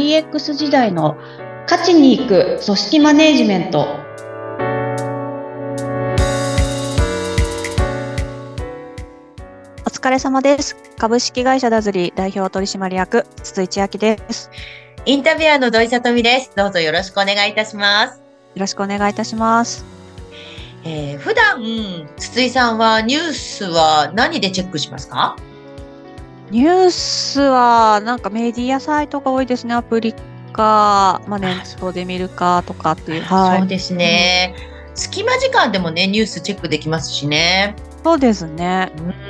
DX 時代の勝ちに行く組織マネジメント。 お疲れ様です。株式会社ダズリ代表取締役筒井千明です。 インタビュアーの土井さとみです。どうぞよろしくお願いいたします。 よろしくお願いいたします。 普段筒井さんはニュースは何でチェックしますか？ ニュースはなんかメディアサイトが多いですね。アプリか、ネットで見るかとかっていう。 そうですね、隙間時間でもねニュースチェックできますしね。 そうですね。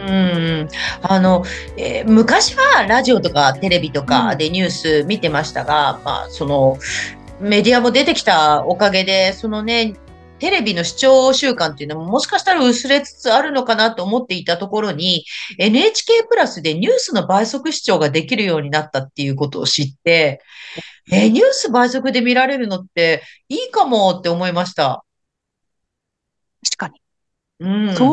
昔はラジオとかテレビとかでニュース見てましたが、そのメディアも出てきたおかげで、そのね、テレビの視聴習慣っていうのももしかしたら薄れつつあるのかなと思っていたところに、NHK プラスでニュースの倍速視聴ができるようになったっていうことを知って、ニュース倍速で見られるのっていいかもって思いました。 確かに。 うん。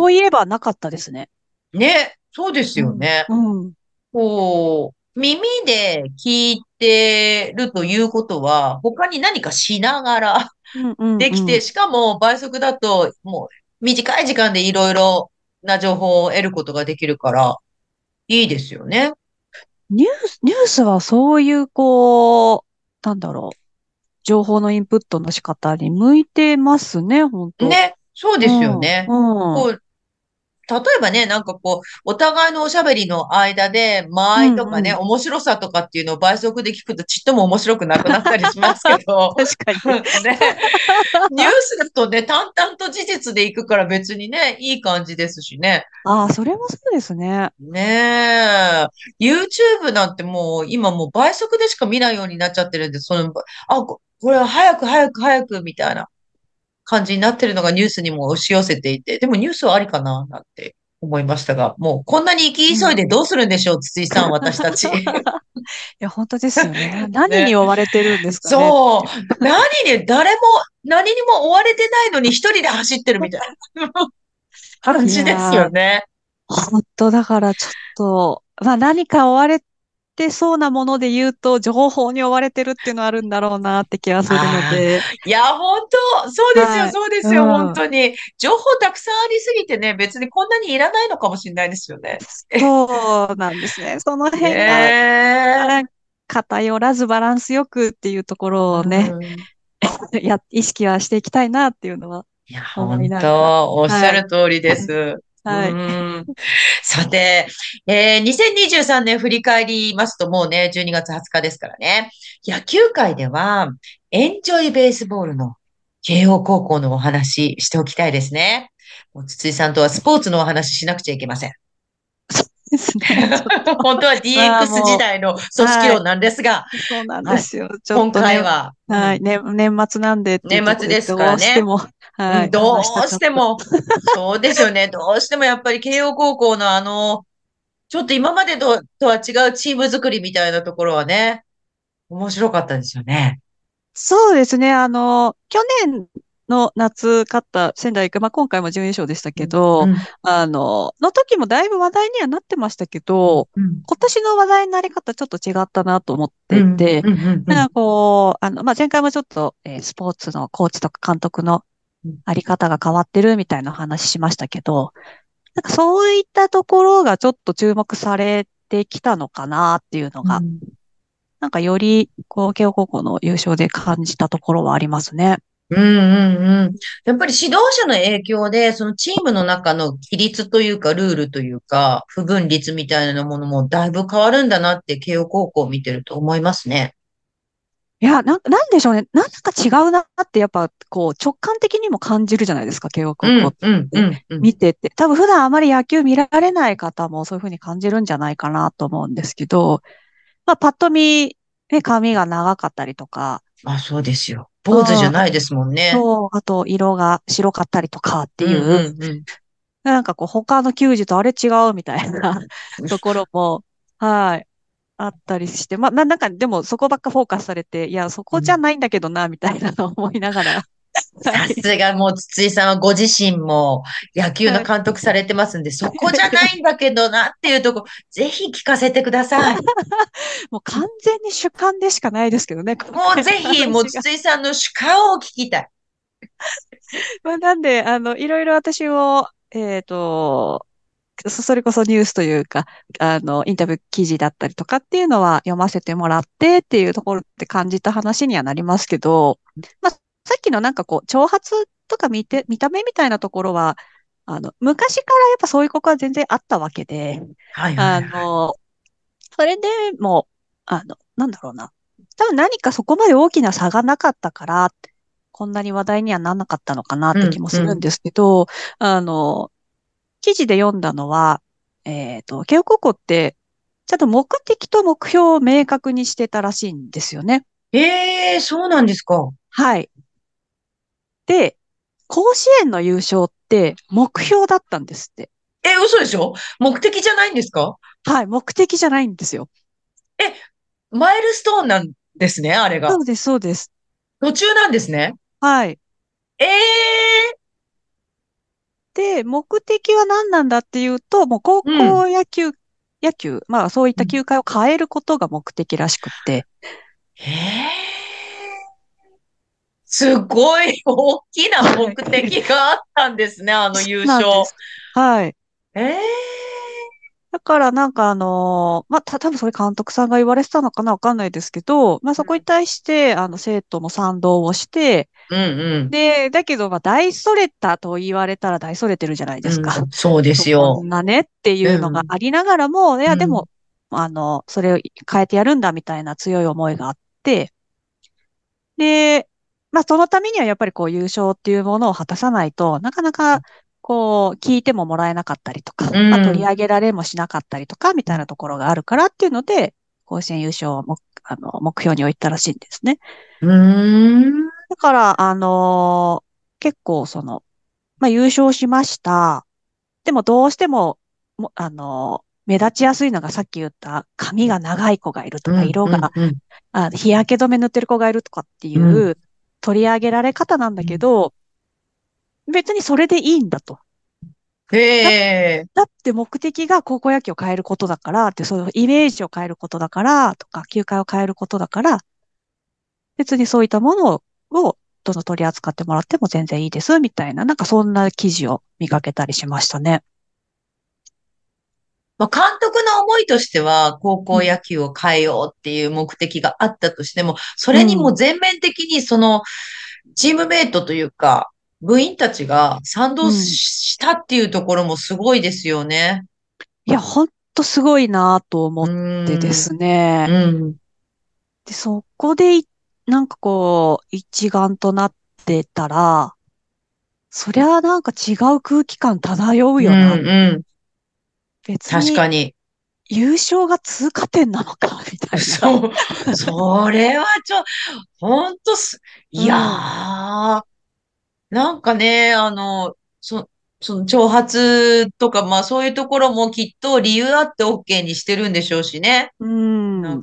そういえばなかったですね。 ね、そうですうん。 よね。 うん。 こう、耳で聞いてるということは、他に何かしながらうんうんできて、 うん。 しかも倍速だと、もう短い時間でいろいろな情報を得ることができるから、いいですよね。 ニュースはそういうなんだろう。情報のインプットの仕方に向いてますね、本当。 ね、そうですようん。 ね。 うん。 こう、例えばね、なんかこう、お互いのおしゃべりの間で、間う合いとかね、 んうん。 面白さとかっていうのを倍速で聞くとちっとも面白くなくなったりしますけど、 確かに。 ね、ニュースだとね、淡々と事実でいくから別にね、いい感じですしね。 ああ、それもそうですね。 ねえ。YouTube なんてもう今もう倍速でしか見ないようになっちゃってるんで、これは早く早く早くみたいな感じになってるのがニュースにも押し寄せていて、でもニュースはありかななんて思いましたが、もうこんなに生き急いうん。 でどうするんでしょう、筒井さん、私たち。 いや、本当ですよね。何にね。 追われてるんですかねっそう。 ていう。 何にも追われてないのに一人で走ってるみたいな感いじですやー、 よね。 本当だからちょっと、何か追われてそうなもので言うと、情報に追われてるっていうのはあるんだろうなって気がするのああ、 で、 いや、本当、そうですよ、 はい。 そうですよ、本うん。 当に。情報たくさんありすぎてね、別にこんなにいらないのかもしれないですよね。 そうなんですね。そのね辺が、 え。 偏らずバランスよくっていうところをね、 うん。 意識はしていきたいなっていうのはいや、 思い本ながら。 当、おっしゃはい。 る通りです。 はい。 うん。さて、2023年振り返りますともうね、12月20日ですからね。野球界では、エンジョイベースボールの慶応高校のお話しておきたいですね。もう筒井さんとはスポーツのお話しなくちゃいけません。 そうですね。ちょっと、 本当は DX 時も代のう、 組織はい。 論なんですが、 そうなんではい。 すよ。ちょっ今とね、 回は、 はい。年末なんでっていう年ところで、 末ですからね。 どうしても、はい。 ど話したうかった。 しても、そうですよね。どうしてもやっぱり慶応高校のちょっと今までとは違うチーム作りみたいなところはね、面白かったですよね。 そうですね。去年の夏勝った仙台育英、今回も準優勝でしたうん、 けど、 うん、 の時もだいぶ話題にはなってましたけど、 うん、 今年の話題になり方ちょっと違ったなと思っうん、 ていて、 うん、うん、うん。 なんか前回もちょっと、スポーツのコーチとか監督のあり方が変わってるみたいな話しましたけど、なんかそういったところがちょっと注目されてきたのかなっていうのが、 うん、 なんかより、慶応高校の優勝で感じたところはありますね。 うん、うん。やっぱり指導者の影響で、そのチームの中の規律というか、ルールというか、不分律みたいなものもだいぶ変わるんだなって、慶応高校を見てると思いますね。 いや、なんでしょうね。なんか違うなって、やっぱ、直感的にも感じるじゃないですか、慶応高校っうん、うん、うて。 ん、うん。 見てて。多分普段あまり野球見られない方もそういうふうに感じるんじゃないかなと思うんですけど、パッと見、ね、髪が長かったりとか、 そうですよ。 うん、 坊主じゃないですもんね。 あと色が白かったりとかってうん、 いう、 うん、うん。 なんか他の球児とあれ違うみたいなところも、はい、あったりして、なんかでもそこばっかフォーカスされて、いや、そこじゃうん、 ないんだけどな、みたいなのを思いながら。 さすがもう筒井さんはご自身も野球のはい。 監督されてますんで、そこじゃないんだけどなっていうとこ、ぜひ聞かせてください。 もう完全に主観でしかないですけどね、今もう回のぜひ、もう話が。 筒井さんの主観を聞きたい。 まあ、なんで、いろいろ私も、それこそニュースというか、インタビュー記事だったりとかっていうのは読ませてもらってっていうところって感じた話にはなりますけど、まあ、さっきのなんかこう、挑発とか見た目みたいなところは、昔からやっぱそういう子は全然あったわけで、 はいはいあはい。 の、それでも、なんだろうな。多分何かそこまで大きな差がなかったから、こんなに話題にはならなかったのかなって気うん、うん。 もするんですけど、あの、記事で読んだのは、慶応高校って、ちゃんと目的と目標を明確にしてたらしいんですよね。 ええ、そうなんですか。 はい。で、甲子園の優勝って目標だったんですって。 え、嘘でしょ？目的じゃないんですか？ はい。目的じゃないんですよ。 え、マイルストーンなんですね、あれが。 そうです、そうです。 途中なんですね。 はい。 ええ、 で、目的は何なんだっていうと、もう高うん。 校野球、まあそういった球界を変えることが目的らしくって。 へえ、すごい大きな目はい。 的があったんですね、あのそ優勝。 うなんです。はい。 ええ、 だからなんかまあ、多分それ監督さんが言われてたのかなわかんないですけど、まあそこに対して、生徒も賛同をして、 うんで、だけど、まあ、大それたと言われたら大それてるじゃないでうん。 すか。 うん、そうですよ。 そんなねっていうのがうん、 ありながらも、いや、でうん、 も、それを変えてやるんだみたいな強い思いがあって、で、まあ、そのためにはやっぱりこう優勝っていうものを果たさないとなかなか、こう、聞いてももらえなかったりとか、 うまあ、取りん。 上げられもしなかったりとか、みたいなところがあるからっていうので、甲子園優勝を目標に置いたらしいんですね。 うーん。 だから、結構まあ、優勝しました。でもどうしても、目立ちやすいのがさっき言った髪が長い子がいるとか、 うん、うん、 色が、 うん、 日焼け止め塗ってる子がいるとかっていうん。 う取り上げられ方なんだけど、別にそれでいいんだと。 へだ、 え。 だって目的が高校野球を変えることだからって、そういうイメージを変えることだからとか、球界を変えることだから、別にそういったものをどんどん取り扱ってもらっても全然いいです、みたいな、なんかそんな記事を見かけたりしましたね。 まあ、監督の思いとしては、高うん。 校野球を変えようっていう目的があったとしても、それにもうん。 全面的にチームメイトというか、部員たちが賛同うん。 したっていうところもすごいですよね。 いや、ほんとすごいなと思うってでーん、 すね。 うん、 で、そこでなんかこう、一丸となってたら、そりゃなんか違う空気感漂ううん、 よな。 うん。 別に確かに。 優勝が通過点なのか、みたいな。 そう、それはほんとういやん。 ー、なんかね、その挑発とか、まあそういうところもきっと理由あって OK にしてるんでしょうしね。 うん。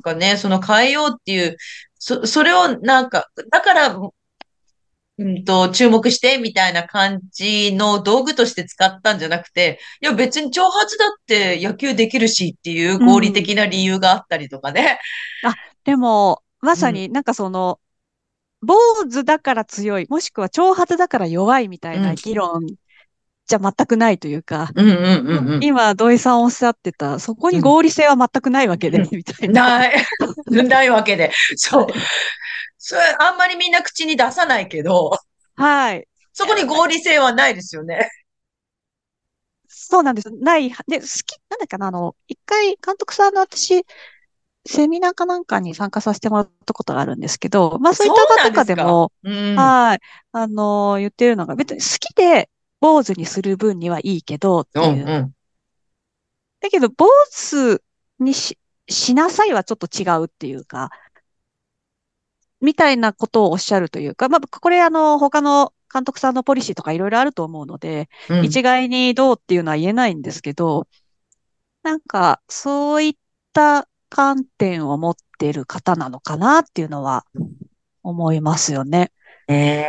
なんかね、その変えようっていう、それをなんか、だから、注目してみたいな感じの道具として使ったんじゃなくて、いや別に挑発だって野球できるしっていうう合理ん。 的な理由があったりとかね。 あ、でも、まうん、 さになんか坊主だから強い、もしくは長髪だから弱いみたいなうん、 議論じゃ全くないというか、 うん、うん、うん、うん。 今、土井さんおっしゃってた、そこにうん合理性は全くないわけで、 うんみたいな。 ない、ないわけで。そう。 はい。 それ、あんまりみんな口に出さないけど、 はい。いや、 そこに合理性はないですよね。 そうなんです。ない。で、なんだっけな、一回、監督さんの私、セミナーかなんかに参加させてもらったことがあるんですけど、まあそういっそうなんでた場とかすか。 でも、 うん。 はい、言ってるのが、別に好きで坊主にする分にはいいけどっうん、 ていう。 うん。 だけど、坊主にしなさいはちょっと違うっていうか、みたいなことをおっしゃるというか、まあ、これ他の監督さんのポリシーとかいろいろあると思うので、 うん。 一概にどうっていうのは言えないんですけど、なんか、そういった観点を持っている方なのかなっていうのは思いますよね。 ええ、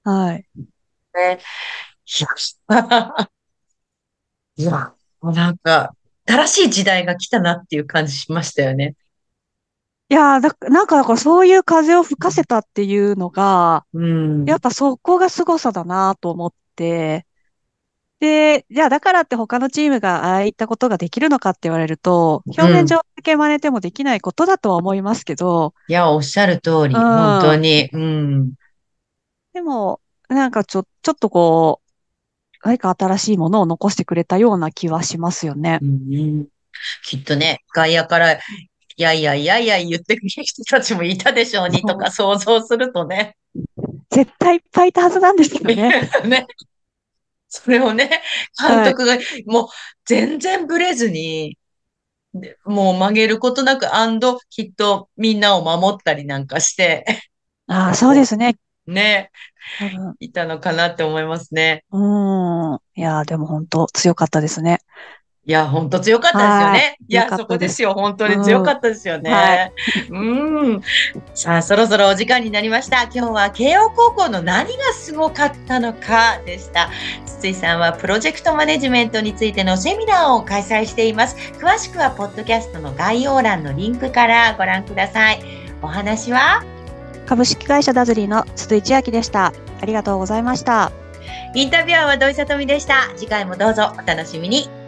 はい。 ね。いや、いや、もうなんか、新しい時代が来たなっていう感じしましたよね。 いやー、なんかだからそういう風を吹かせたっていうのが、 うん。 やっぱそこが凄さだなと思って、で、じゃあだからって他のチームがああいったことができるのかって言われると、表面上うん。 だけ真似てもできないことだとは思いますけど、 いや、おっしゃる通うり。本当ん。 に。うん。 でも、なんかちょっとこう、何か新しいものを残してくれたような気はしますよね。 うん、きっとね、外野から、いやいやいやいや言ってくれる人たちもいたでしょうにとかそう。 想像するとね。 絶対いっぱいいたはずなんですよね。 ね。それをね、監はい。 督がもう全然ブレずに、でもう曲げることなく、きっとみんなを守ったりなんかして、 ああ、そうでこすね。 う、ね、 多分。 いたのかなって思いますね。 うーん。いやー、でも本当強かったですね。 いや、本当強かったですよはい。 ね。い強や、 かったです。 そこですよ。本当うに強かん。 ったですよはい。 ね。さあ、そろそろお時間になりました。今日は慶応高校の何がすごかったのかでした。筒井さんはプロジェクトマネジメントについてのセミナーを開催しています。詳しくは、ポッドキャストの概要欄のリンクからご覧ください。お話は、 株式会社ダズリーの筒井千明でした。ありがとうございました。 インタビュアーは土井さとみでした。次回もどうぞお楽しみに。